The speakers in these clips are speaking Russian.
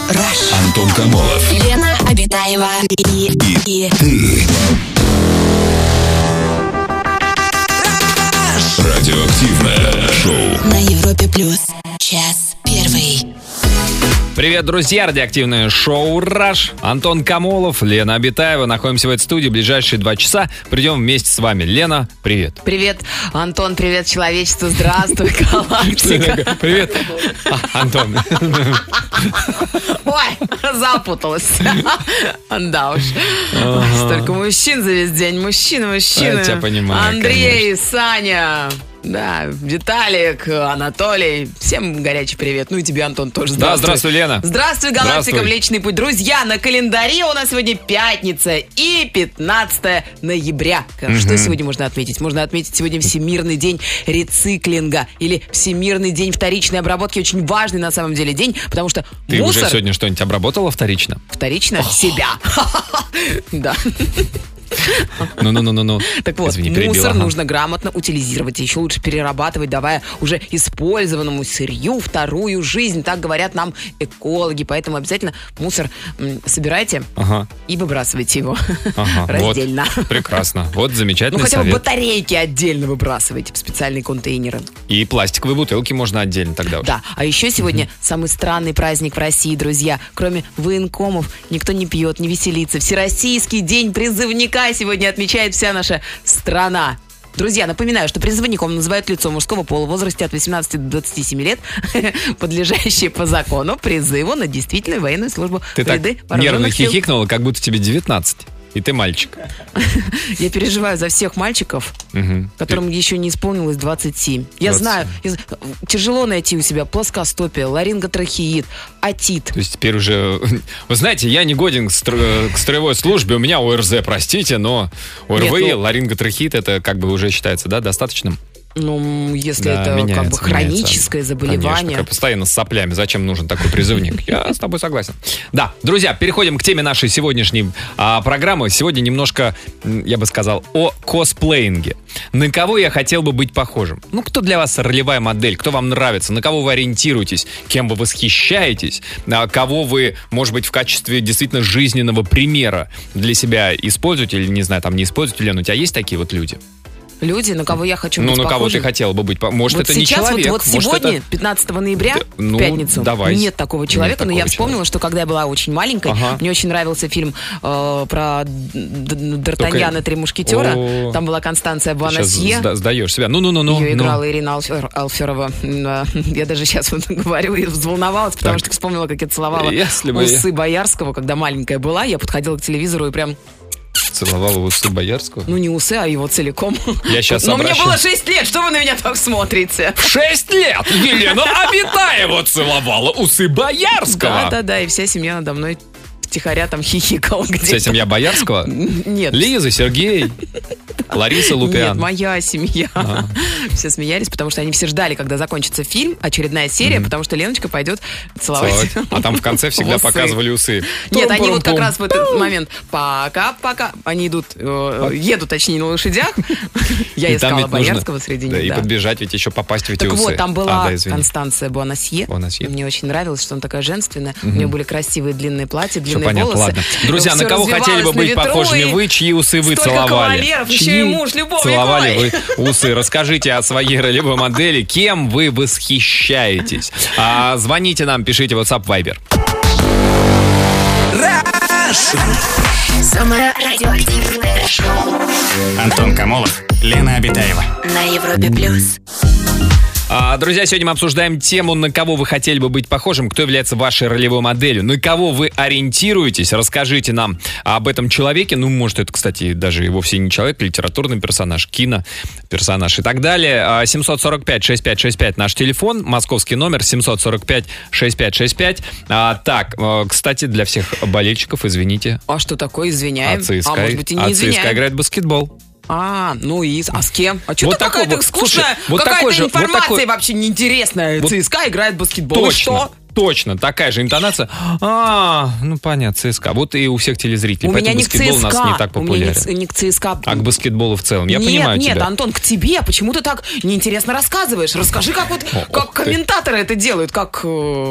Антон Камолов, Лена Обитаева и ты. Радиоактивное шоу на Европе Плюс. Час первый. Привет, друзья! Радиоактивное шоу «Раш». Антон Камолов, Лена Обитаева. Находимся в этой студии. Ближайшие 2 часа придем вместе с вами. Лена, привет. Привет, Антон, привет, человечество. Здравствуй, галактика. Привет, Антон. Ой, запуталась. Да уж. Столько мужчин за весь день. Мужчины. Я тебя понимаю, Андрей, Саня. Да, Виталик, Анатолий. Всем горячий привет. Ну и тебе, Антон, тоже здравствуй. Да, здравствуй, Лена. Здравствуй, галактика, Здравствуй. Млечный путь. Друзья, на календаре у нас сегодня пятница и 15 ноября. Что сегодня можно отметить? Можно отметить сегодня Всемирный день рециклинга или Всемирный день вторичной обработки. Очень важный на самом деле день, потому что Ты мусор... уже сегодня что-нибудь обработала вторично? Вторично? Себя. Да. Ну. Так вот, Извини, перебила, мусор ага. нужно грамотно утилизировать, еще лучше перерабатывать, давая уже использованному сырью вторую жизнь. Так говорят нам экологи. Поэтому обязательно мусор собирайте и выбрасывайте его раздельно. Вот, прекрасно. Вот замечательный Ну хотя бы совет. батарейки отдельно выбрасывайте в специальные контейнеры. И пластиковые бутылки можно отдельно тогда уже. Да, а еще сегодня самый странный праздник в России, друзья. Кроме военкомов никто не пьет, не веселится. Всероссийский день призывника сегодня отмечает вся наша страна. Друзья, напоминаю, что призывником называют лицо мужского пола в возрасте от 18 до 27 лет, подлежащее по закону призыву на действительную военную службу. Ты так нервно хихикнула, как будто тебе 19. И ты мальчик. Я переживаю за всех мальчиков, которым еще не исполнилось 27. Я знаю, тяжело найти у себя плоскостопие, ларинготрахеид, отит. То есть теперь уже... Вы знаете, я не годен к строевой службе, у меня ОРЗ, простите, но ОРВИ, ларинготрахеид, это как бы уже считается, да, достаточным? Ну, если Да, это меняется, как бы хроническое заболевание. Конечно, постоянно с соплями. Зачем нужен такой призывник? Я с тобой согласен. Да, друзья, переходим к теме нашей сегодняшней программы. Сегодня немножко, я бы сказал, о косплеинге. На кого я хотел бы быть похожим? Ну, кто для вас ролевая модель? Кто вам нравится? На кого вы ориентируетесь? Кем вы восхищаетесь? Кого вы, может быть, в качестве действительно жизненного примера для себя используете? Или, не знаю, там не используете? Лена, у тебя есть такие вот люди? Люди, на кого я хочу быть Ну, на кого похожим. ты хотела бы быть похожим? Может, вот это не сейчас, человек? Вот может, сегодня, это... 15 ноября, Ну, в пятницу, давай. нет такого человека, но я вспомнила, что когда я была очень маленькой, мне очень нравился фильм про Д'Артаньяна и 3 мушкетера. О. Там была Констанция Сейчас Буанасье. сдаешь себя. Ну. Ее играла Ирина Алферова. Я даже сейчас вот говорю и взволновалась, потому что вспомнила, как я целовала усы Боярского, когда маленькая была. Я подходила к телевизору и прям... Целовала усы Боярского? Ну, не усы, а его целиком. Я сейчас Но мне было 6 лет, что вы на меня так смотрите? В 6 лет Елена Обитаева целовала усы Боярского. Да, и вся семья надо мной втихаря там хихикала где-то. Вся семья Боярского? Нет. Лиза, Сергей, Лариса Лупиан. Нет, моя семья. Все смеялись, потому что они все ждали, когда закончится фильм, очередная серия, потому что Леночка пойдет целовать. А там в конце всегда показывали усы. Нет, они вот как раз в этот момент пока-пока. Они едут, точнее, на лошадях. Я искала Боярского среди них. И подбежать, ведь еще попасть в эти усы. Так вот, там была Констанция Буанасье. Мне очень нравилось, что она такая женственная. У нее были красивые длинные платья, длинные понятно, волосы. ладно. Друзья, на кого хотели бы быть похожими вы, чьи усы вы целовали? Кавалеров, еще и муж, любовник целовали вы усы? Расскажите о своей ролевой модели, кем вы восхищаетесь. Звоните нам, пишите WhatsApp, Viber. Самое радиоактивное шоу Антон Камолов, Лена Обитаева. на Европе Плюс. Друзья, сегодня мы обсуждаем тему, на кого вы хотели бы быть похожим, кто является вашей ролевой моделью, на кого вы ориентируетесь. Расскажите нам об этом человеке. Ну, может, это, кстати, даже и вовсе не человек, литературный персонаж, киноперсонаж и так далее. 745-6565 наш телефон, московский номер 745-6565. Так, кстати, для всех болельщиков, извините. А что такое, извиняем? Может быть, и не извиняем. ЦСКА играет в баскетбол. Ну и с кем? А что Вот какая-то такой, скучная, слушай, вот какая-то такой же, информация вот такой... вообще неинтересная. ЦСКА играет в баскетбол. Точно, точно такая же интонация. Ну понятно, ЦСКА. Вот и у всех телезрителей. У меня не к баскетбол у нас ЦСКА. не так популярен. У меня не к ЦСКА. А к баскетболу в целом. Я нет, понимаю нет, тебя. Антон, к тебе. Почему ты так неинтересно рассказываешь? Расскажи, как как комментаторы это делают, как...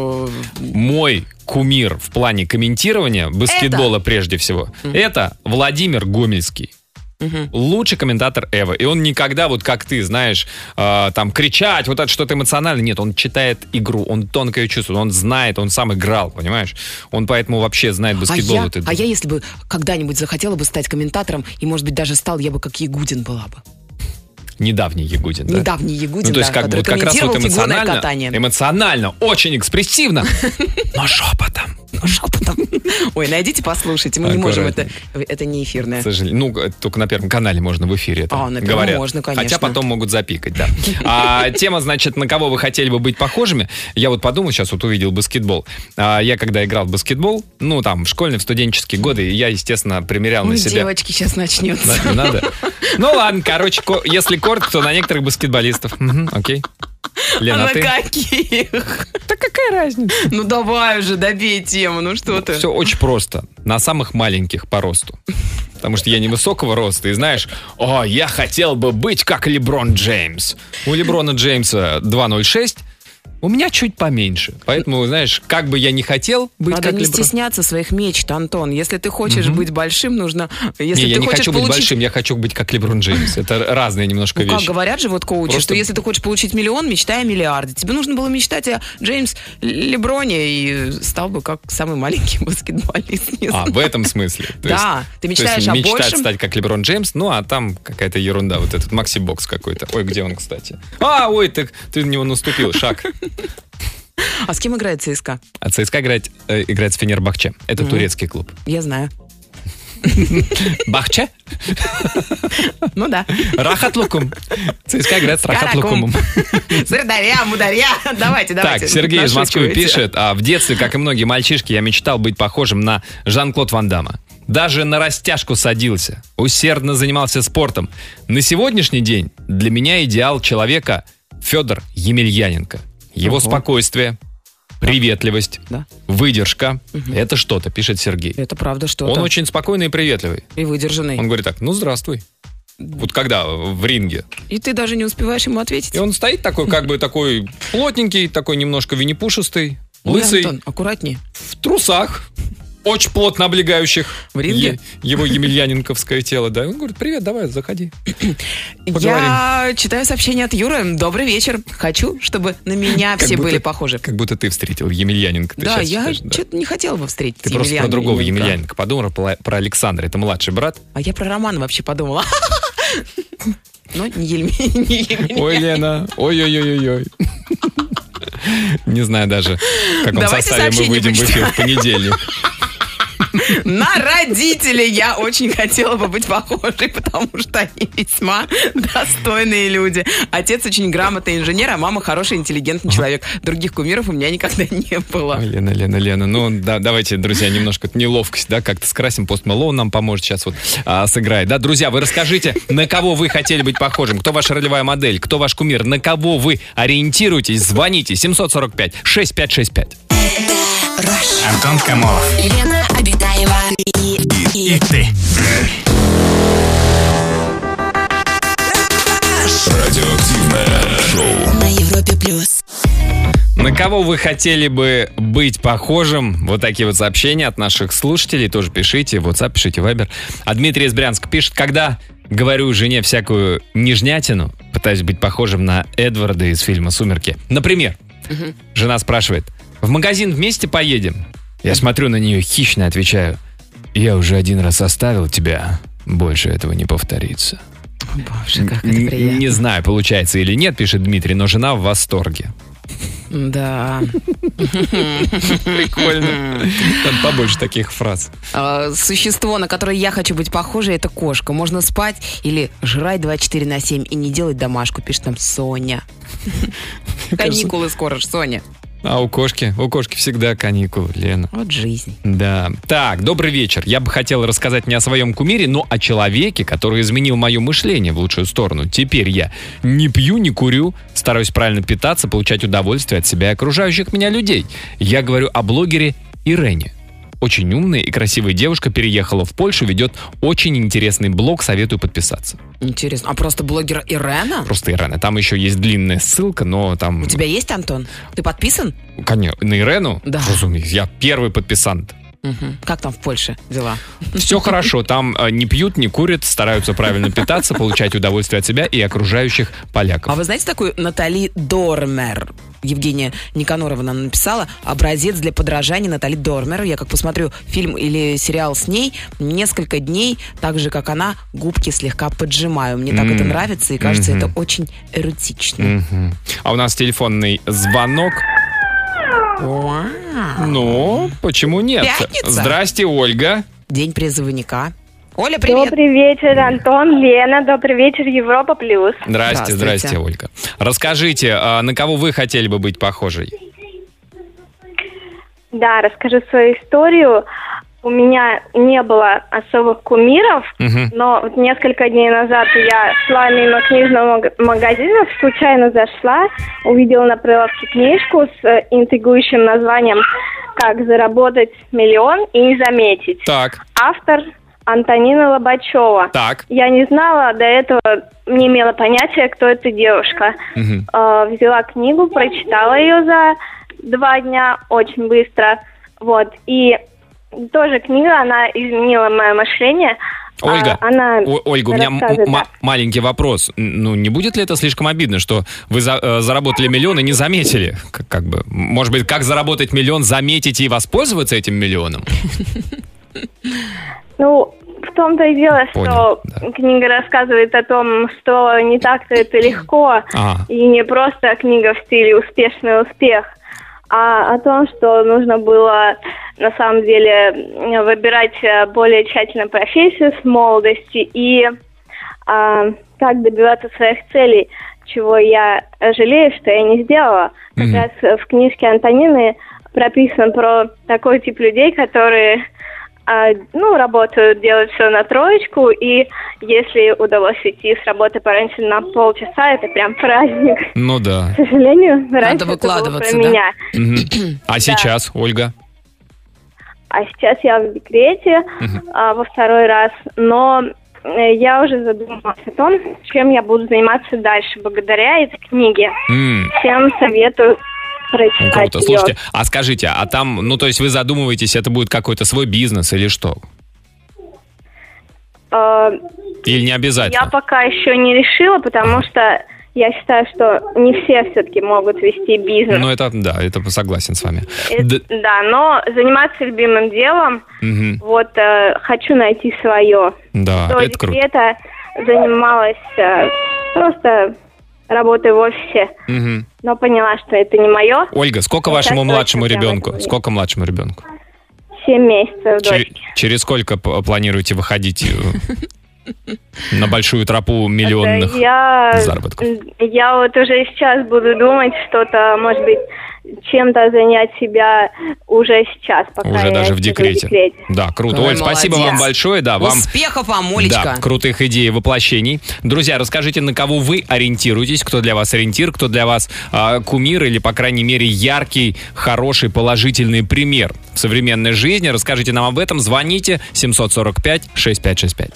Мой кумир в плане комментирования баскетбола прежде всего, это Владимир Гомельский. Лучший комментатор ever. И он никогда, вот как ты, знаешь, там кричать, вот это что-то эмоциональное. Нет, он читает игру, он тонко ее чувствует, он знает, он сам играл, понимаешь? Он поэтому вообще знает баскетбол. А я, если бы когда-нибудь захотела бы стать комментатором, и, может быть, даже стал, я бы как Ягудин была бы. Недавний Ягудин, да? Недавний Ягудин, ну, то есть, да, как бы, который вот как раз вот комментировал фигурное катание. Эмоционально, очень экспрессивно, но шепотом. Шепотом. Ой, найдите, послушайте. Мы не можем, это не эфирное. К сожалению. Ну, только на Первом канале можно в эфире это на Первом говорят. можно, конечно. Хотя потом могут запикать, да. Тема, значит, на кого вы хотели бы быть похожими. Я вот подумал, сейчас вот увидел баскетбол. Я когда играл в баскетбол, ну, там, в школьные, в студенческие годы, я, естественно, примерял на себя. Девочки, сейчас начнется. Да, не надо? Ну, ладно, короче, если коротко, то на некоторых баскетболистов. Окей. Лена, на ты? каких? Да какая разница? Ну давай уже, добей тему, ну что ты. Все очень просто. На самых маленьких по росту. Потому что я невысокого роста, и знаешь, я хотел бы быть как Леброн Джеймс. У Леброна Джеймса 2.06, у меня чуть поменьше. Поэтому, знаешь, как бы я не хотел быть Надо как не Леброн. стесняться своих мечт, Антон. Если ты хочешь быть большим, нужно... Если я ты не хочешь хочу быть большим, я хочу быть как Леброн Джеймс. Это разные немножко вещи. Как говорят же вот коучи, Просто... что если ты хочешь получить миллион, мечтай о миллиарде. Тебе нужно было мечтать о Джеймс Леброне и стал бы как самый маленький баскетболист. В этом смысле. Да, ты мечтаешь о большем. Мечтать стать как Леброн Джеймс, ну а там какая-то ерунда. Вот этот Макси-бокс какой-то. Ой, где он, кстати? Ой, ты на него наступил, шаг. А с кем играет ЦСКА? А ЦСКА играет с Фенербахче. Это турецкий клуб. Я знаю. Бахче? Ну да. Рахат Лукум. ЦСКА играет с Рахат Лукумом. Сырдаря, мударя. Давайте. Так, Сергей из Москвы пишет. В детстве, как и многие мальчишки, я мечтал быть похожим на Жан-Клод Ван Дамма. Даже на растяжку садился. Усердно занимался спортом. На сегодняшний день для меня идеал человека Федор Емельяненко. Его спокойствие, приветливость, выдержка. Это что-то, пишет Сергей. Это правда что-то. Он очень спокойный и приветливый. И выдержанный. Он говорит так, здравствуй. Вот когда в ринге. И ты даже не успеваешь ему ответить. И он стоит такой, как бы такой плотненький, такой немножко винни-пушистый, лысый. Антон, аккуратнее. В трусах. Очень плотно облегающих в ринге? Его емельяненковское тело, да. Он говорит, привет, давай, заходи. Я читаю сообщение от Юры. Добрый вечер. Хочу, чтобы на меня все были похожи. Как будто ты встретил Емельяненко. Да, я что-то не хотела бы встретить Ты просто про другого Емельяненко подумала, про Александра. Это младший брат. А я про Романа вообще подумала. Но не Емельяненко. Ой, Лена, ой-ой-ой-ой. Не знаю даже, в каком составе мы выйдем в эфир в понедельник. На родителей я очень хотела бы быть похожей, потому что они весьма достойные люди. Отец очень грамотный инженер, а мама хороший, интеллигентный человек. Других кумиров у меня никогда не было. Ой, Лена. Ну, давайте, друзья, немножко неловкость, да, как-то скрасим. Пост Мэлоун нам поможет сейчас вот сыграет. Да, друзья, вы расскажите, на кого вы хотели быть похожим, кто ваша ролевая модель, кто ваш кумир, на кого вы ориентируетесь, звоните 745-6565. Антон Камолов. Лена Обитаева И ты. Радиоактивное шоу. на Европе плюс. На кого вы хотели бы быть похожим? Вот такие вот сообщения от наших слушателей. Тоже пишите. В WhatsApp, пишите, Viber. А Дмитрий из Брянска пишет, когда говорю жене всякую нежнятину, пытаюсь быть похожим на Эдварда из фильма «Сумерки». Например, жена спрашивает, в магазин вместе поедем? Я смотрю на нее, хищно отвечаю, я уже один раз оставил тебя, больше этого не повторится. Боже, как это приятно. Не знаю, получается или нет, пишет Дмитрий, но жена в восторге. Да. Прикольно. Там побольше таких фраз. Существо, на которое я хочу быть похожей, это кошка. Можно спать или жрать 24/7 и не делать домашку, пишет нам Соня. Каникулы скоро ж, Соня. А у кошки всегда каникулы, Лена. Вот жизнь. Да. Так, добрый вечер. Я бы хотел рассказать не о своем кумире, но о человеке, который изменил мое мышление в лучшую сторону. Теперь я не пью, не курю, стараюсь правильно питаться, получать удовольствие от себя и окружающих меня людей. Я говорю о блогере Ирене. Очень умная и красивая девушка, переехала в Польшу, ведет очень интересный блог, советую подписаться. Интересно. А просто блогер Ирена? Просто Ирена. Там еще есть длинная ссылка, но там... У тебя есть, Антон? Ты подписан? Конечно. На Ирену? Да. Разумеется. Я первый подписант. Угу. Как там в Польше дела? Все хорошо. Там не пьют, не курят, стараются правильно питаться, получать удовольствие от себя и окружающих поляков. А вы знаете такую Натали Дормер? Евгения Никанорова нам написала. Образец для подражания Натали Дормер. Я как посмотрю фильм или сериал с ней, несколько дней, так же, как она, губки слегка поджимаю. Мне так это нравится, и кажется, это очень эротично. А у нас телефонный звонок. Вау. Ну, почему нет? Пятница. Здрасте, Ольга. День призывника. Оля, привет. Добрый вечер, Антон, Лена. Добрый вечер, Европа Плюс. Здрасте, Ольга. Расскажите, на кого вы хотели бы быть похожей? Да, расскажу свою историю. У меня не было особых кумиров, но вот несколько дней назад я шла мимо книжного магазина, случайно зашла, увидела на прилавке книжку с интригующим названием «Как заработать миллион и не заметить». Так. Автор Антонина Лобачева. Так. Я не знала до этого, не имела понятия, кто эта девушка. Взяла книгу, прочитала ее за 2 дня, очень быстро. Вот. И тоже книга, она изменила мое мышление. Ольга, Ольга, у меня да. маленький вопрос. Ну, не будет ли это слишком обидно, что вы заработали миллион и не заметили? Как бы, может быть, как заработать миллион, заметить и воспользоваться этим миллионом? Ну, в том-то и дело, Понял, что книга рассказывает о том, что не так-то это легко, и не просто книга в стиле «Успешный успех», а о том, что нужно было на самом деле выбирать более тщательно профессию с молодости и как добиваться своих целей, чего я жалею, что я не сделала. Как раз в книжке Антонины прописано про такой тип людей, которые работают, делают все на 3, и если удалось уйти с работы пораньше на полчаса, это прям праздник. Ну да. К сожалению, раньше выкладываться, это было про меня. А сейчас, Ольга? А сейчас я в декрете во 2-й раз, но я уже задумалась о том, чем я буду заниматься дальше благодаря этой книге. Всем советую прочитать. Круто. Слушайте, а скажите, а там, ну то есть вы задумываетесь, это будет какой-то свой бизнес или что? Или не обязательно? Я пока еще не решила, потому что я считаю, что не все все-таки могут вести бизнес. Ну, это, да, это согласен с вами. Да, но заниматься любимым делом, хочу найти свое. Да, До это круто. декрета занималась просто работой в офисе, но поняла, что это не мое. Ольга, сколько вашему младшему ребенку? 7 месяцев дочке. Через сколько планируете выходить на большую тропу миллионных заработков? Я вот уже сейчас буду думать что-то, может быть, чем-то занять себя уже сейчас, пока уже я даже в декрете. Да, круто. Ой, Оль, спасибо вам большое. Да, вам успехов вам, Олечка. Да, крутых идей и воплощений. Друзья, расскажите, на кого вы ориентируетесь, кто для вас ориентир, кто для вас кумир или, по крайней мере, яркий, хороший, положительный пример в современной жизни. Расскажите нам об этом. Звоните 745-6565.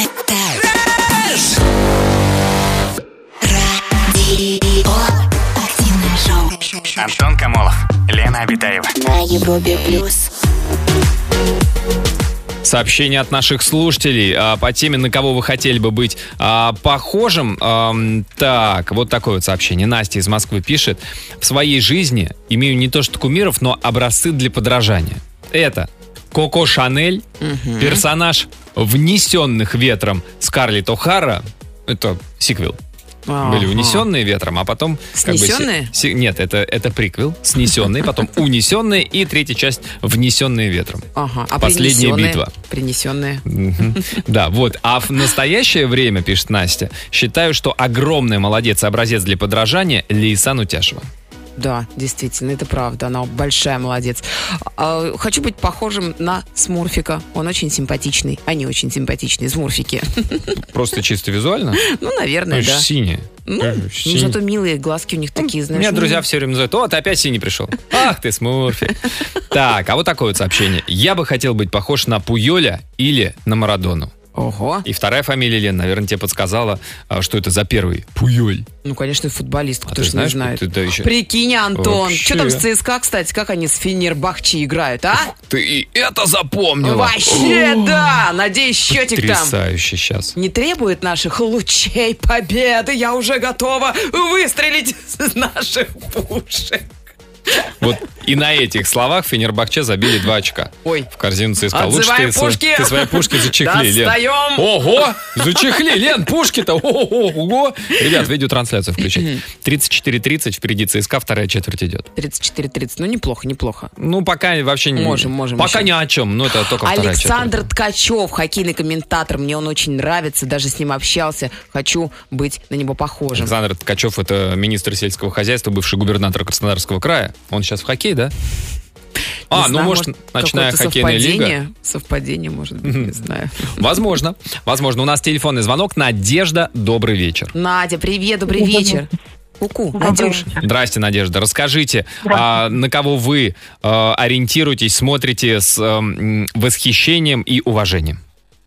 Антон Камолов, Лена Обитаева. На Европе Плюс. Сообщение от наших слушателей по теме, на кого вы хотели бы быть похожим. Так, вот такое вот сообщение. Настя из Москвы пишет. В своей жизни имею не то что кумиров, но образцы для подражания. Это Коко Шанель, персонаж «Внесенных ветром» Скарлетт О'Хара. Это сиквел. Были «Унесенные ветром», а потом... «Снесенные»? Нет, это приквел. «Снесенные», потом «Унесенные» и третья часть «Внесенные ветром». Ага. А «Последняя битва». Принесенные. Да, вот. А в настоящее время, пишет Настя, считаю, что огромный молодец и образец для подражания Лейсан Утяшева. Да, действительно, это правда. Она большая молодец. Хочу быть похожим на Смурфика. Он очень симпатичный. Они очень симпатичные, Смурфики. Просто чисто визуально? Ну, наверное, да. Синие. Ну, зато милые глазки у них такие, знаешь. Меня друзья все время называют: о, ты опять синий пришел. Ах ты, Смурфик. Так, а вот такое вот сообщение. Я бы хотел быть похож на Пуйоля или на Марадону. Ого. И вторая фамилия, Лен, наверное, тебе подсказала, что это за первый. Пуйоль. Ну, конечно, футболист, кто ты ж не знает. еще... Прикинь, Антон, Вообще. что там с ЦСКА, кстати, как они с Фенербахче играют, а? Ты и это запомнила. Вообще, да! Надеюсь, счетик там Потрясающе сейчас. не требует наших лучей победы. Я уже готова выстрелить из наших пушек. Вот и на этих словах Фенербахче забили 2 очка. Ой. В корзину ЦСКА. Лучше Отзываем пушки. ты свои пушки зачехли, Лен. Достаем. Ого! Зачехли, Лен, пушки-то. Ого! Ребят, видеотрансляцию включить. 34-30, впереди ЦСКА, вторая четверть идет. 34-30, ну неплохо. Ну, пока вообще не... Можем Пока еще. ни о чем, но это только вторая четверть. Александр Ткачев, хоккейный комментатор. Мне он очень нравится, даже с ним общался. Хочу быть на него похожим. Александр Ткачев — это министр сельского хозяйства, бывший губернатор Краснодарского края. Он сейчас в хоккей, да? Не знаю, может, ночная хоккейная лига. Совпадение, может быть, не знаю. Возможно. У нас телефонный звонок. Надежда, добрый вечер. Надя, привет, добрый вечер. Ку-ку, Надюш. Здрасте, Надежда. Расскажите, на кого вы ориентируетесь, смотрите с восхищением и уважением?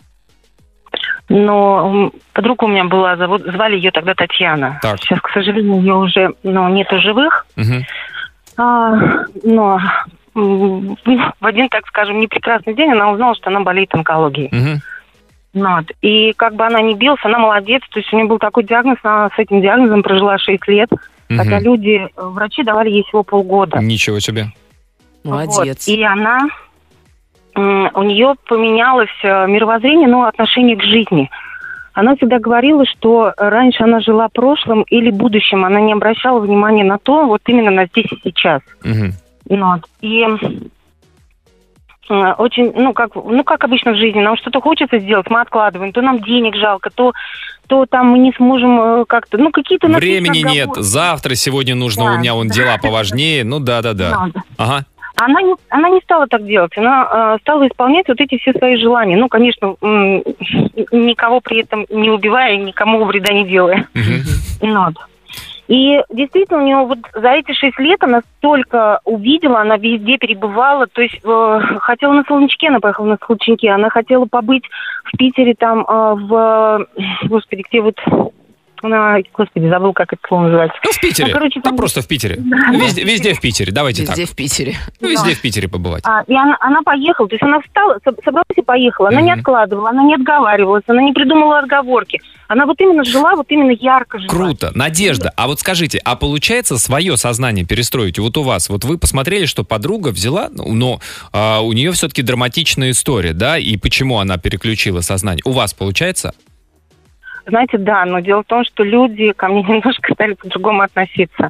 Но подруга у меня была, звали ее тогда Татьяна. Так. Сейчас, к сожалению, ее уже нету живых. Угу. Но в один, так скажем, непрекрасный день она узнала, что она болеет онкологией. Угу. Вот. И как бы она не билась, она молодец. То есть у нее был такой диагноз, она с этим диагнозом прожила 6 лет. Хотя врачи давали ей всего полгода. Ничего себе. Молодец. Вот. И у нее поменялось мировоззрение, отношение к жизни. Она всегда говорила, что раньше она жила прошлым или будущим. Она не обращала внимания на то, вот именно на здесь и сейчас. Угу. Вот. И очень, как обычно в жизни, нам что-то хочется сделать, мы откладываем. То нам денег жалко, то там мы не сможем как-то, какие-то... Времени нет, завтра, сегодня нужно, у меня дела поважнее. Да. Ага. Она не стала так делать. Она стала исполнять вот эти все свои желания. Конечно, никого при этом не убивая, никому вреда не делая. Вот. И действительно, у нее вот за эти 6 лет она столько увидела, она везде перебывала. То есть хотела на Солончаке, она поехала на Солончаке. Она хотела побыть в Питере, там, господи, где вот... Господи, забыл, как это слово называется. В Питере. Там просто в Питере. Да. Везде в Питере, давайте везде так. Везде в Питере. Везде в Питере побывать. И она поехала, то есть она встала, собралась и поехала. Она не откладывала, она не отговаривалась, она не придумала отговорки. Она вот именно жила, вот именно ярко жила. Круто. Надежда, а вот скажите, а получается свое сознание перестроить? Вот у вас, вот вы посмотрели, что подруга взяла, но у нее все-таки драматичная история, да? И почему она переключила сознание? У вас получается? Знаете, да, но дело в том, что люди ко мне немножко стали по-другому относиться.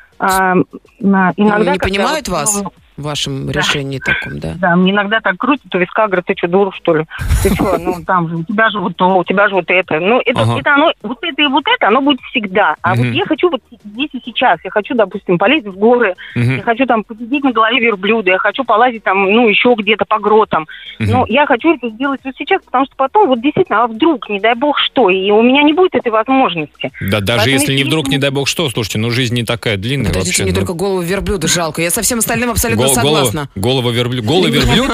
Иногда не понимают вас в вашем решении таком, да? Да, мне иногда так крутят у виска, говорят, ты что, дура, что ли? Ты что, там же, у тебя же вот то, у тебя же вот это. Это оно, вот это и вот это, оно будет всегда. А вот я хочу вот здесь и сейчас. Я хочу, допустим, полезть в горы, я хочу там посидеть на голове верблюда, я хочу полазить там, еще где-то по гротам. Но я хочу это сделать вот сейчас, потому что потом вот действительно, а вдруг, не дай бог что, и у меня не будет этой возможности. Да, даже поэтому, если не вдруг, не дай бог что, слушайте, жизнь не такая длинная. Подождите, вообще. Мне только голову верблюда жалко. Я со всем остальным абсолютно согласна. Голова верблюда. Голый верблюд?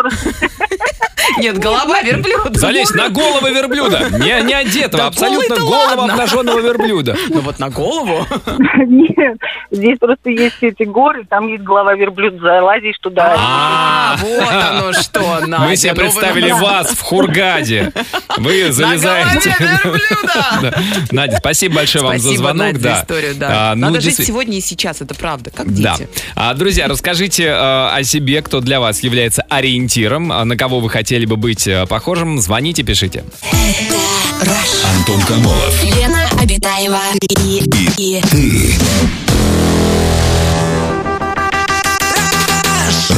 Нет, голова верблюда. Залезь на голову верблюда. Не одетого, абсолютно голого обнаженного верблюда. Ну вот на голову? Нет, здесь просто есть эти горы, там есть голова верблюда, залазишь туда. Вот оно что, Надя. Мы себе представили вас в Хургаде. Вы залезаете. На голове верблюда. Надя, спасибо большое вам за звонок. Спасибо, Надя, за историю, да. Надо жить сегодня и сейчас, это правда, как дети. Друзья, расскажите о себе, кто для вас является ориентиром, на кого вы хотели бы быть похожим. Звоните, пишите. Антон Камолов, Лена Обитаева и ты.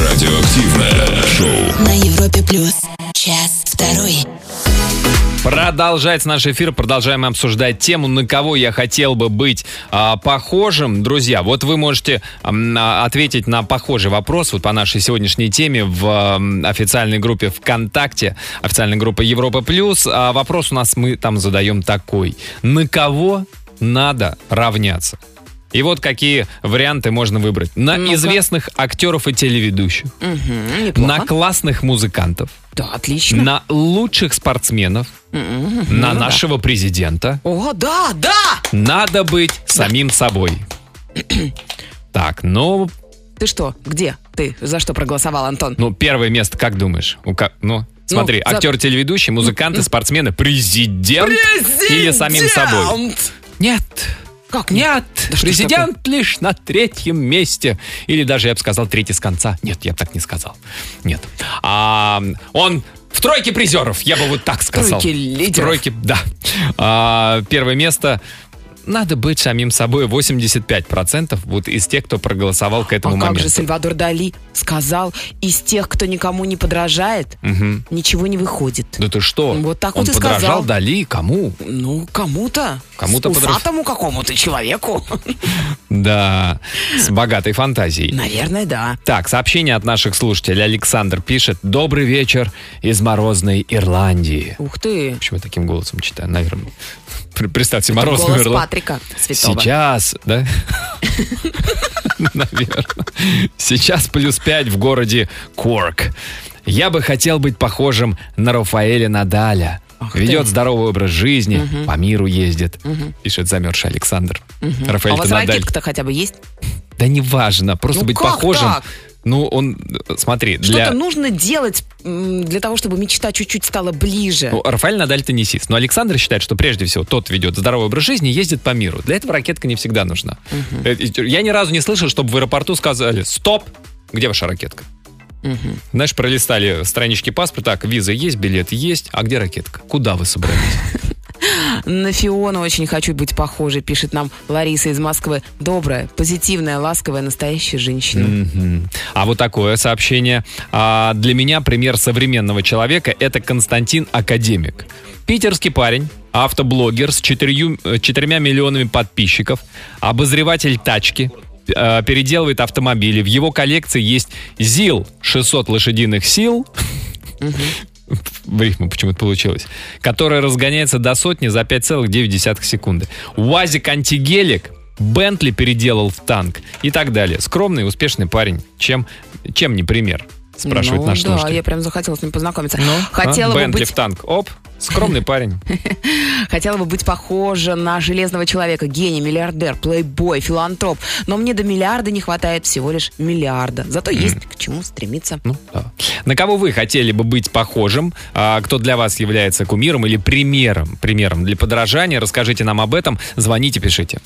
Радиоактивное шоу на Европе Плюс. Час второй. Продолжается наш эфир, продолжаем обсуждать тему, на кого я хотел бы быть похожим. Друзья, вот вы можете ответить на похожий вопрос вот по нашей сегодняшней теме в официальной группе ВКонтакте, официальная группа Европа Плюс. Вопрос у нас мы там задаем такой: на кого надо равняться? И вот какие варианты можно выбрать. На известных актеров и телеведущих. На классных музыкантов. Да, отлично. На лучших спортсменов. На нашего президента. О, да! Надо быть самим собой. Так, ну... Ты что? Где? Ты за что проголосовал, Антон? Ну, первое место, как думаешь? Смотри, актер, телеведущий, музыканты, спортсмены, президент или самим собой? Нет. Как нет? Президент лишь на 3-м месте. Или даже, я бы сказал, 3-й с конца. Нет, я бы так не сказал. Нет. Он в тройке призеров, я бы вот так сказал. В тройке лидеров. В тройке, да. Первое место. Надо быть самим собой. 85% вот из тех, кто проголосовал к этому моменту. Как же Сальвадор Дали сказал: из тех, кто никому не подражает, ничего не выходит. Да ты что? Вот так он вот и подражал сказал. Дали? Кому? Ну, кому-то. Усатому какому-то человеку. Да, с богатой фантазией. Наверное, да. Так, сообщение от наших слушателей. Александр пишет: добрый вечер из морозной Ирландии. Ух ты. Почему я таким голосом читаю? Наверное. Представьте, морозную Ирландию. Голос Патрика Святого. Сейчас, да? Наверное. Сейчас +5 в городе Корк. Я бы хотел быть похожим на Рафаэля Надаля. Ведет здоровый образ жизни, по миру ездит. Пишет замерзший Александр. Рафаэль Надаль. Ракетка-то хотя бы есть? Да неважно, просто быть похожим. Так? Ну, он, смотри, что-то нужно делать для того, чтобы мечта чуть-чуть стала ближе. Ну, Рафаэль Надаль теннисист. Но Александр считает, что прежде всего тот ведет здоровый образ жизни и ездит по миру. Для этого ракетка не всегда нужна. Я ни разу не слышал, чтобы в аэропорту сказали: стоп, где ваша ракетка? Знаешь, пролистали странички паспорта. Так, виза есть, билет есть. А где ракетка? Куда вы собрались? На Фиону очень хочу быть похожей, пишет нам Лариса из Москвы. Добрая, позитивная, ласковая, настоящая женщина. А вот такое сообщение. Для меня пример современного человека — это Константин Академик. Питерский парень, автоблогер с 4 миллионами подписчиков, обозреватель тачки, переделывает автомобили. В его коллекции есть ЗИЛ 600 лошадиных сил. В рифму почему-то получилось. Которая разгоняется до сотни за 5,9 секунды. УАЗик антигелик, Бентли переделал в танк и так далее. Скромный, успешный парень. Чем не пример? Спрашивает наш слушатель. Да, я прям захотела с ним познакомиться. Хотела бы Бентли быть... в танк. Оп, скромный парень. Хотела бы быть похожа на железного человека. Гений, миллиардер, плейбой, филантроп. Но мне до миллиарда не хватает, всего лишь миллиарда. Зато есть к чему стремиться. Да. На кого вы хотели бы быть похожим? Кто для вас является кумиром или примером для подражания? Расскажите нам об этом. Звоните, пишите.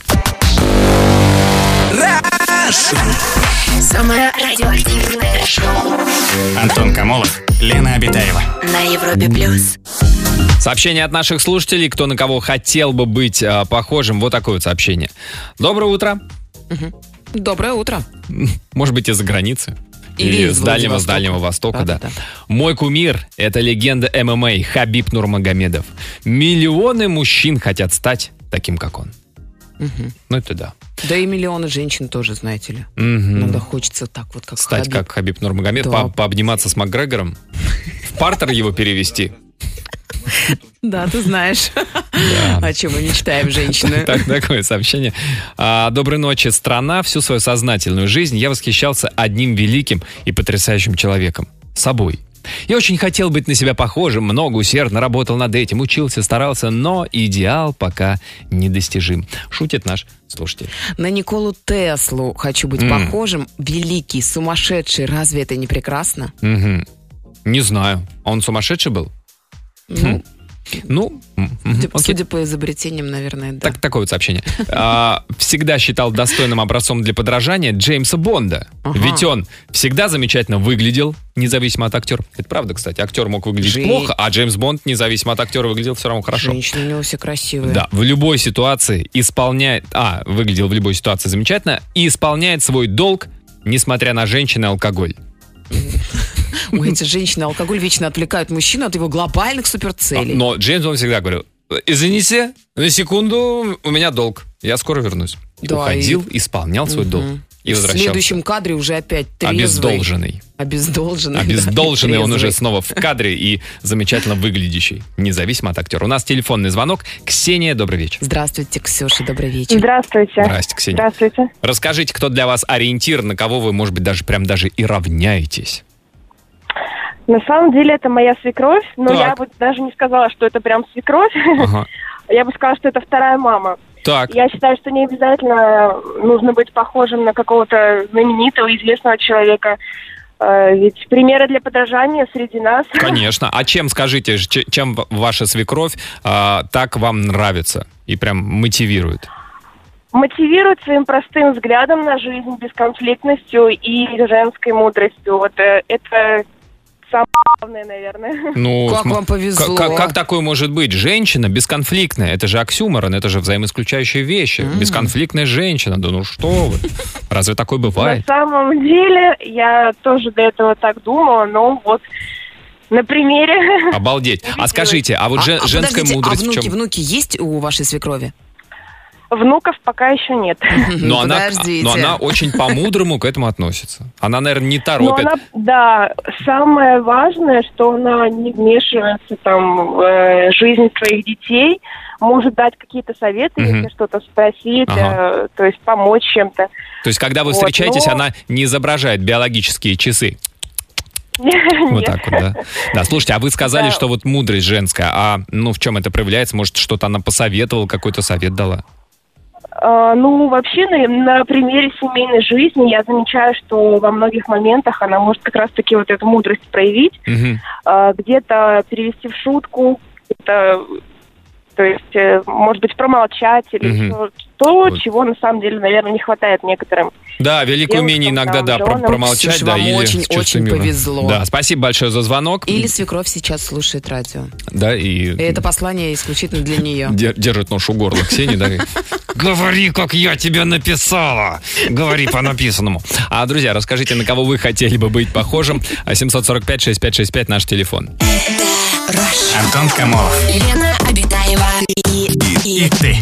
Самое радиоактивное шоу. Антон Камолов, Лена Обитаева. На Европе Плюс. Сообщение от наших слушателей, кто на кого хотел бы быть похожим. Вот такое вот сообщение. Доброе утро. Доброе утро. Может быть, из-за границы. Или с Дальнего Востока, да. Мой кумир — это легенда ММА Хабиб Нурмагомедов. Миллионы мужчин хотят стать таким, как он. Ну, это да. Да и миллионы женщин тоже, знаете ли. Иногда хочется так вот, как стать Хабиб. как Хабиб Нурмагомедов, пообниматься с Макгрегором, в партер его перевести. Да, ты знаешь, о чем мы мечтаем, женщины. Такое сообщение. Доброй ночи, страна. Всю свою сознательную жизнь я восхищался одним великим и потрясающим человеком — собой. Я очень хотел быть на себя похожим, много усердно работал над этим, учился, старался, но идеал пока недостижим. Шутит наш слушатель. На Николу Теслу хочу быть похожим. Великий, сумасшедший. Разве это не прекрасно? Не знаю. А он сумасшедший был? Судя по изобретениям, наверное, да. Такое вот сообщение. Всегда считал достойным образцом для подражания Джеймса Бонда. Ведь он всегда замечательно выглядел, независимо от актера. Это правда, кстати. Актер мог выглядеть плохо, а Джеймс Бонд, независимо от актера, выглядел все равно хорошо. Женщины у него все красивые. Да, в любой ситуации выглядел в любой ситуации замечательно и исполняет свой долг, несмотря на женщин и алкоголь. Ой, эти женщины, алкоголь вечно отвлекают мужчину от его глобальных суперцелей. Но Джеймс, он всегда говорил: извините, на секунду, у меня долг. Я скоро вернусь. Да, уходил, исполнял свой долг. И возвращался. В следующем кадре уже опять трезвый. Обездолженный, он уже снова в кадре и замечательно выглядящий, независимо от актера. У нас телефонный звонок. Ксения, добрый вечер. Здравствуйте, Ксюша, добрый вечер. Здравствуйте. Здрасте, Ксения. Здравствуйте. Расскажите, кто для вас ориентир, на кого вы, может быть, даже и равняетесь? На самом деле это моя свекровь, но Так. я бы даже не сказала, что это прям свекровь. Ага. Я бы сказала, что это вторая мама. Так. Я считаю, что не обязательно нужно быть похожим на какого-то знаменитого, известного человека. Ведь примеры для подражания среди нас. Конечно. А чем, скажите, чем ваша свекровь так вам нравится и прям мотивирует? Мотивирует своим простым взглядом на жизнь, бесконфликтностью и женской мудростью. Вот это самое главное, наверное. Ну, Как вам повезло. Как такое может быть? Женщина бесконфликтная. Это же оксюморон, это же взаимоисключающие вещи. Бесконфликтная женщина. Да ну что вы? Разве такое бывает? На самом деле, я тоже до этого так думала, но вот на примере... Обалдеть. А скажите, а вот женская подождите, мудрость в чем? внуки есть у вашей свекрови? Внуков пока еще нет. Но Подождите. она очень по-мудрому к этому относится. Она, наверное, не торопит. Да, самое важное, что она не вмешивается там в жизнь своих детей, может дать какие-то советы, если что-то спросить, то есть помочь чем-то. То есть, когда вы встречаетесь, она не изображает биологические часы. Вот так вот, да. Да, слушайте, а вы сказали, что вот мудрость женская, а в чем это проявляется? Может, что-то она посоветовала, какой-то совет дала? Вообще, на примере семейной жизни я замечаю, что во многих моментах она может как раз-таки вот эту мудрость проявить, где-то перевести в шутку, то есть, может быть, промолчать или то, чего на самом деле, наверное, не хватает некоторым. Да, великое умение иногда, промолчать, Ксюша, да, вам или очень повезло. Да, спасибо большое за звонок. Или свекровь сейчас слушает радио. Да, и это послание исключительно для нее. Держит нож у горла Ксении, да. Говори, как я тебе написала. Говори по написанному. Друзья, расскажите, на кого вы хотели бы быть похожим. 745-6565 наш телефон. Антон Камолов. Лена Обитаева И ты.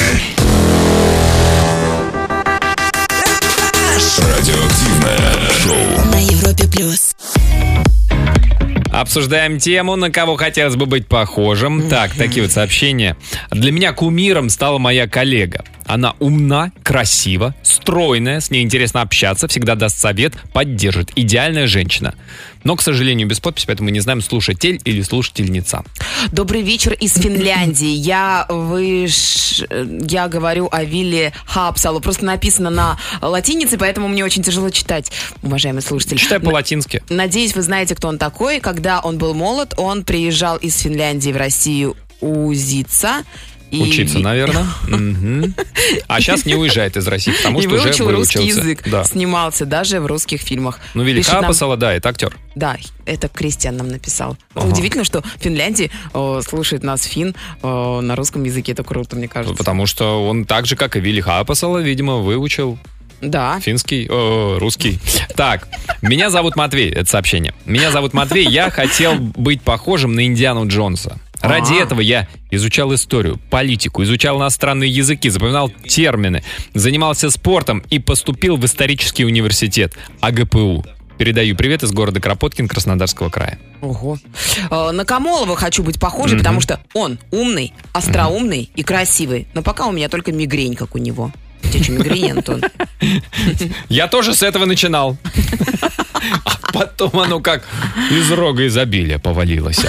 Радиоактивное шоу на Европе плюс. Обсуждаем тему, на кого хотелось бы быть похожим. Так, такие вот сообщения. Для меня кумиром стала моя коллега. Она умна, красива, стройная, с ней интересно общаться, всегда даст совет, поддержит. Идеальная женщина. Но, к сожалению, без подписи, поэтому мы не знаем, слушатель или слушательница. Добрый вечер из Финляндии. Я говорю о Вилли Хаапсалу. Просто написано на латинице, поэтому мне очень тяжело читать, уважаемый слушатель. Читай по-латински. Надеюсь, вы знаете, кто он такой. Когда он был молод, он приезжал из Финляндии в Россию учиться. Учиться, наверное. А сейчас не уезжает из России, потому что уже выучил выучился. русский язык. Да. Снимался даже в русских фильмах. Вилли Хаапсала, да, это актер. Да, это Кристиан нам написал. Удивительно, что в Финляндии слушает нас финн на русском языке. Это круто, мне кажется. Потому что он так же, как и Вилли Хаапсала, видимо, выучил финский, русский. Так, меня зовут Матвей, это сообщение. Меня зовут Матвей, я хотел быть похожим на Индиану Джонса. Ради этого я изучал историю, политику, изучал иностранные языки, запоминал термины, занимался спортом и поступил в исторический университет АГПУ. Передаю привет из города Кропоткин Краснодарского края. Ого. На Камолова хочу быть похожей, потому что он умный, остроумный и красивый. Но пока у меня только мигрень, как у него. У тебя что, мигрень, Антон? Я тоже с этого начинал. А потом оно как из рога изобилия повалилось.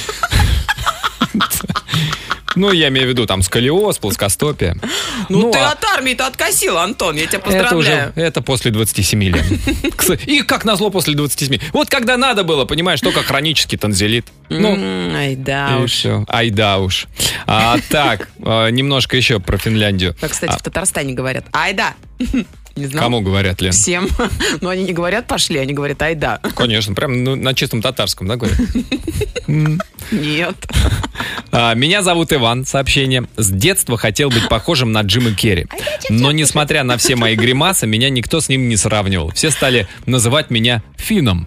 Я имею в виду там сколиоз, плоскостопие. Ты от армии-то откосил, Антон, я тебя поздравляю. Это после 27 лет. И как назло после 27. Вот когда надо было, понимаешь, только хронический танзелит. Ай да уж. Так, немножко еще про Финляндию. Так, кстати, в Татарстане говорят айда. Не знал? Кому говорят, Лен? Всем. Но они не говорят «пошли», они говорят «айда». Конечно, прям на чистом татарском, да, говорят? Нет. Меня зовут Иван, сообщение. С детства хотел быть похожим на Джима Керри. Но, несмотря на все мои гримасы, меня никто с ним не сравнивал. Все стали называть меня финном.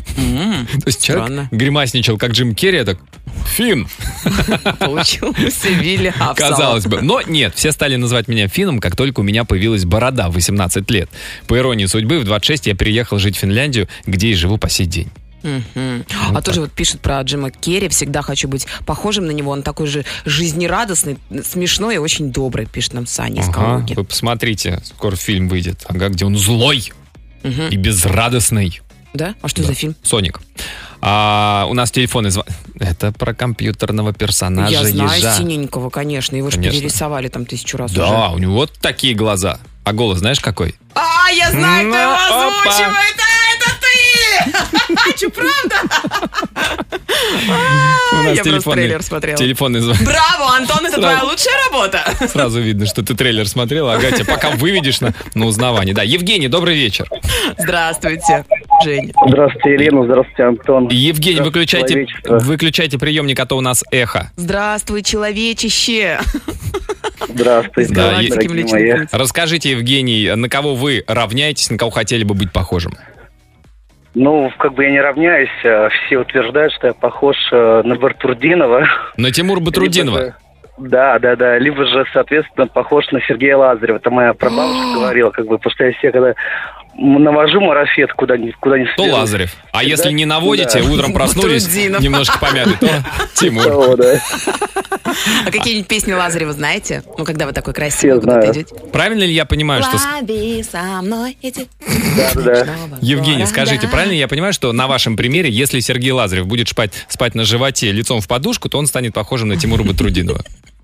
То есть человек гримасничал, как Джим Керри, так Финн. Получился Вилли Авсалов. Казалось бы. Но нет, все стали называть меня Финном, как только у меня появилась борода в 18 лет. По иронии судьбы, в 26 я переехал жить в Финляндию, где и живу по сей день. А тоже вот пишет про Джима Керри. Всегда хочу быть похожим на него. Он такой же жизнерадостный, смешной и очень добрый, пишет нам Саня из Калуги. Вы посмотрите, скоро фильм выйдет. Где он злой и безрадостный. Да? А что за фильм? «Соник». У нас телефонный звонок. Это про компьютерного персонажа ежа. Я знаю ежа. Синенького, конечно. Его же перерисовали там 1000 раз уже. Да, у него вот такие глаза. А голос знаешь какой? Я знаю, кто его озвучивает! Это ты! Че, правда? Я просто трейлер смотрела. Телефонный звонок. Браво, Антон, это твоя лучшая работа. Сразу видно, что ты трейлер смотрела. Ага, тебя пока выведешь на узнавание. Да, Евгений, добрый вечер. Здравствуйте, Женя. Здравствуйте, Елена, здравствуйте, Антон. Евгений, выключайте приемник, а то у нас эхо. Здравствуй, человечище. Здравствуйте, дорогие мои. Расскажите, Евгений, на кого вы равняетесь, на кого хотели бы быть похожим? Ну, как бы я не равняюсь, все утверждают, что я похож на Батрутдинова. На Тимура Батрутдинова? Да, либо же, соответственно, похож на Сергея Лазарева. Это моя прабабушка говорила, потому что я себе, когда навожу марафет куда-нибудь, то Лазарев. А если не наводите, утром проснулись, немножко помяты, то Тимур. А какие-нибудь песни Лазарева знаете? Ну, когда вы такой красивый куда-то идете. Правильно ли я понимаю, что... Лови со мной эти... Да. Евгений, скажите, правильно ли я понимаю, что на вашем примере, если Сергей Лазарев будет спать на животе лицом в подушку, то он станет похожим на Тимура Батрутдинова?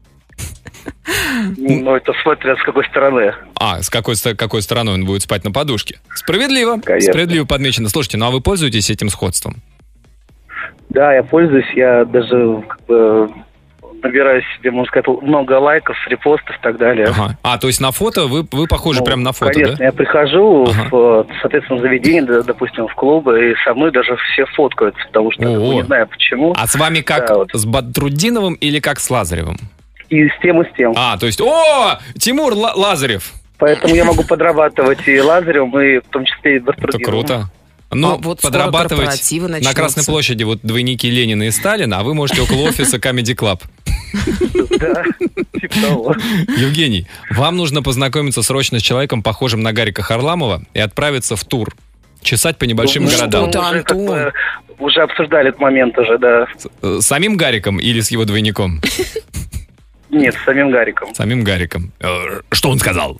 Ну, это смотря с какой стороны. С какой стороной он будет спать на подушке? Справедливо. Конечно. Справедливо подмечено. Слушайте, ну а вы пользуетесь этим сходством? Да, я пользуюсь. Я даже набираю себе, можно сказать, много лайков, репостов и так далее. То есть на фото вы похожи прямо на фото, конечно, да? Я прихожу в, соответственно, заведение, допустим, в клубы, и со мной даже все фоткаются, потому что не знаю почему. А с вами как с Батрутдиновым или как с Лазаревым? И с тем, и с тем. То есть, Тимур Лазарев. Поэтому я могу подрабатывать и Лазаревым, и в том числе и Батрутдиновым. Это круто. Но подрабатывать на Красной площади двойники Ленина и Сталина, а вы можете около офиса Comedy Club. Да, типа того. Евгений, вам нужно познакомиться срочно с человеком, похожим на Гарика Харламова, и отправиться в тур. Чесать по небольшим городам. Уже обсуждали этот момент уже, да. С самим Гариком или с его двойником? Нет, с самим Гариком. Самим Гариком. Что он сказал?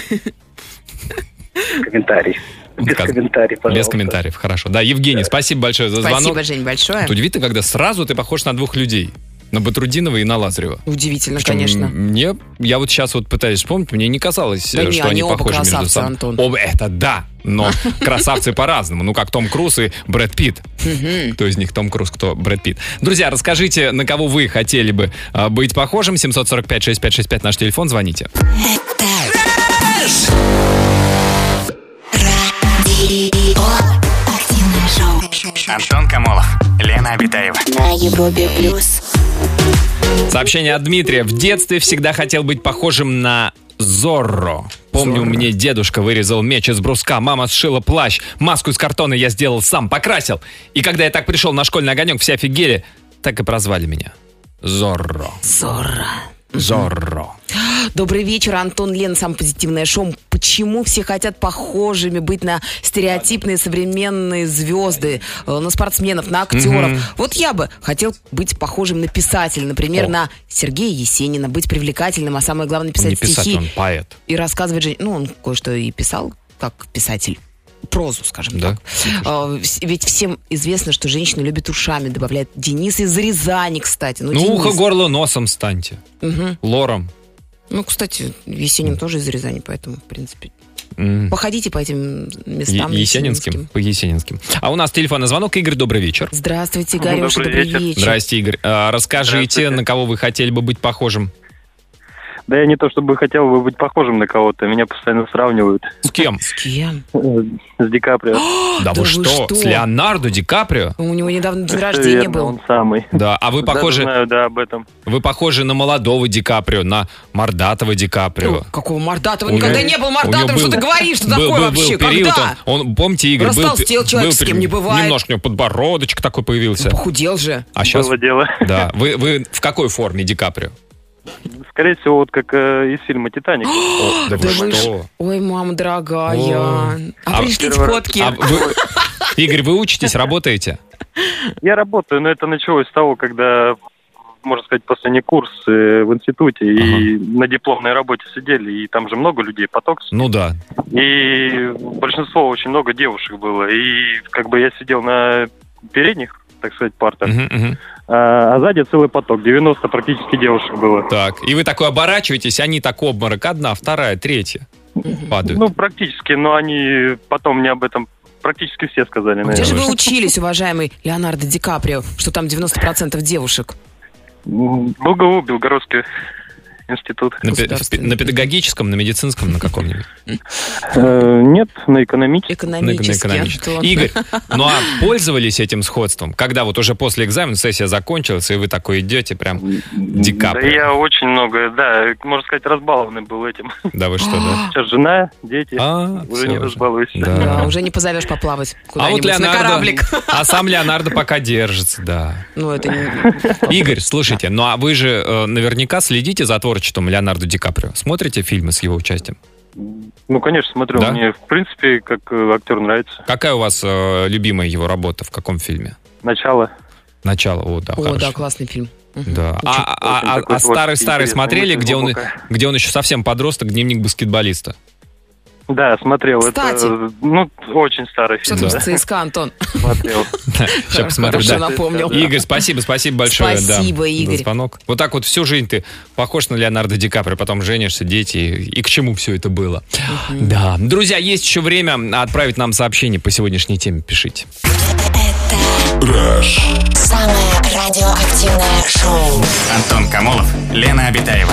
Комментарий. Без комментариев, пожалуйста. Без комментариев, хорошо. Да, Евгений, спасибо большое за звонок. Спасибо, Жень, большое. Удивительно, когда сразу ты похож на двух людей. На Батрутдинова и на Лазарева. Удивительно, конечно. Я вот сейчас пытаюсь вспомнить, мне не казалось, что они похожи между собой. Антон. Это да, но красавцы по-разному. Ну, как Том Круз и Брэд Питт. Кто из них Том Круз, кто Брэд Питт. Друзья, расскажите, на кого вы хотели бы быть похожим. 745-6565 наш телефон, звоните. Антон Камолов, Лена Обитаева. На Европе Плюс. Сообщение от Дмитрия. В детстве всегда хотел быть похожим на Зорро. Помню, мне дедушка вырезал меч из бруска, мама сшила плащ, маску из картона я сделал сам, покрасил. И когда я так пришел на школьный огонек, все офигели, так и прозвали меня. Зорро. Зорро. Добрый вечер, Антон, Лена, самое позитивное шоу. Почему все хотят похожими быть на стереотипные современные звезды, на спортсменов, на актеров? Вот я бы хотел быть похожим на писателя, например, на Сергея Есенина, быть привлекательным, а самое главное писать стихи. Не писатель, он поэт. И рассказывать же, он кое-что и писал, как писатель. Прозу, скажем так. Ведь всем известно, что женщины любят ушами, добавляет Денис из Рязани, кстати. Ухо, горло, носом станьте. Лором. Кстати, Есенин тоже из Рязани, поэтому, в принципе, походите по этим местам. Есенинским? По Есенинским. А у нас телефонный звонок. Игорь, добрый вечер. Здравствуйте, Игорюша, добрый вечер. Здрасте, Игорь. Расскажите, на кого вы хотели бы быть похожим? Да я не то чтобы хотел бы быть похожим на кого-то, меня постоянно сравнивают. С кем? С кем? С Ди Каприо. Да вы что? С Леонардо Ди Каприо? У него недавно день рождения был. Он самый. Да, а вы похожи... Знаю, да, об этом. Вы похожи на молодого Ди Каприо, на мордатого Ди Каприо. Какого мордатого? Никогда не был мордатым, что ты говоришь? Что такое вообще? Период, когда? он, помните, Игорь, растолстел человек, с кем не бывает. Немножко у него подбородочек такой появился. Похудел же. А сейчас... Было дело. Да. Вы в какой форме Ди Каприо? Скорее всего, вот как из фильма «Титаник». Да вы что? Ой, мама дорогая. А пришлите фотки. Игорь, вы учитесь, работаете? Я работаю, но это началось с того, когда, можно сказать, последний курс в институте, и на дипломной работе сидели, и там же много людей, поток. Ну да. И большинство, очень много девушек было, и как бы я сидел на передних, так сказать, партах, а сзади целый поток, 90 практически девушек было. Так, и вы такой оборачиваетесь, они так обморок, одна, вторая, третья падают. Ну, практически, но они потом мне об этом практически все сказали. Наверное. Где же вы учились, уважаемый Леонардо Ди Каприо, что там 90% девушек? БГУ, Белгородский институт. На педагогическом, на медицинском, на каком-нибудь? Нет, на экономическом. Экономический. Игорь, ну а пользовались этим сходством? Когда вот уже после экзамена сессия закончилась, и вы такой идете прям Ди Каприо? Да я очень много, да, можно сказать, разбалованный был этим. Да вы что, да? Сейчас жена, дети, уже не разбалуюсь. Да, уже не позовешь поплавать куда-нибудь на кораблик. А сам Леонардо пока держится, да. Ну это не... Игорь, слушайте, ну а вы же наверняка следите за творчеством Леонардо Ди Каприо? Смотрите фильмы с его участием? Ну, конечно, смотрю. Да? Мне, в принципе, как актер нравится. Какая у вас любимая его работа? В каком фильме? «Начало». «Начало», о, да, хорошо. Да, классный фильм. Да. А старый смотрели, где он еще совсем подросток, «Дневник баскетболиста»? Да, смотрел. Кстати. Это, очень старый фильм. Что там с ЦСКА, Антон? Смотрел. Сейчас посмотрю. Хорошо напомнил. Игорь, спасибо большое. Спасибо, Игорь. За звонок. Вот так вот всю жизнь ты похож на Леонардо Ди Каприо, потом женишься, дети, и к чему все это было. Да. Друзья, есть еще время отправить нам сообщение по сегодняшней теме. Пишите. Это самое радиоактивное шоу. Антон Камолов, Лена Обитаева.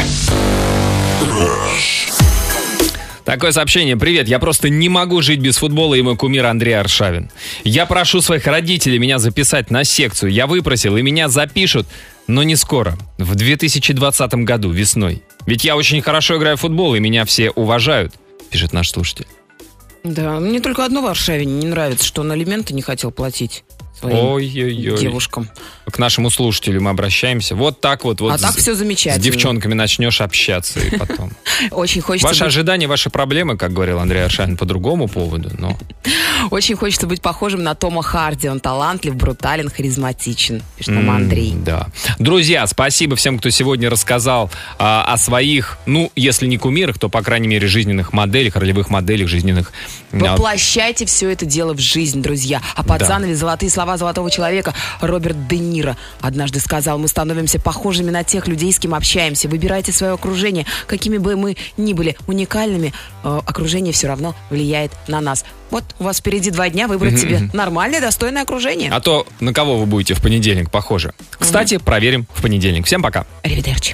Такое сообщение. Привет, я просто не могу жить без футбола и мой кумир Андрей Аршавин. Я прошу своих родителей меня записать на секцию. Я выпросил, и меня запишут, но не скоро. В 2020 году, весной. Ведь я очень хорошо играю в футбол, и меня все уважают, пишет наш слушатель. Да, мне только одно в Аршавине не нравится, что он алименты не хотел платить своим девушкам. К нашему слушателю мы обращаемся. Вот так вот. А так все замечательно. С девчонками начнешь общаться и потом. Очень хочется... Ваши ожидания, ваши проблемы, как говорил Андрей Аршавин, по другому поводу, но... Очень хочется быть похожим на Тома Харди. Он талантлив, брутален, харизматичен. Пишет нам Андрей. Да. Друзья, спасибо всем, кто сегодня рассказал о своих, если не кумирах, то, по крайней мере, жизненных моделях, ролевых моделях жизненных. Воплощайте все это дело в жизнь, друзья. А под занавес золотые слова золотого человека Роберт Де Ниро однажды сказал: мы становимся похожими на тех людей, с кем общаемся. Выбирайте свое окружение. Какими бы мы ни были уникальными, окружение все равно влияет на нас. Вот у вас впереди 2 дня выбрать себе нормальное, достойное окружение. А то на кого вы будете в понедельник похожи? Кстати, проверим в понедельник. Всем пока. Аривидерчи.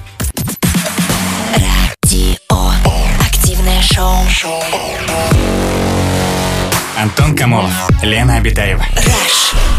Радиоактивное шоу. Антон Камолов, Лена Обитаева. Rush.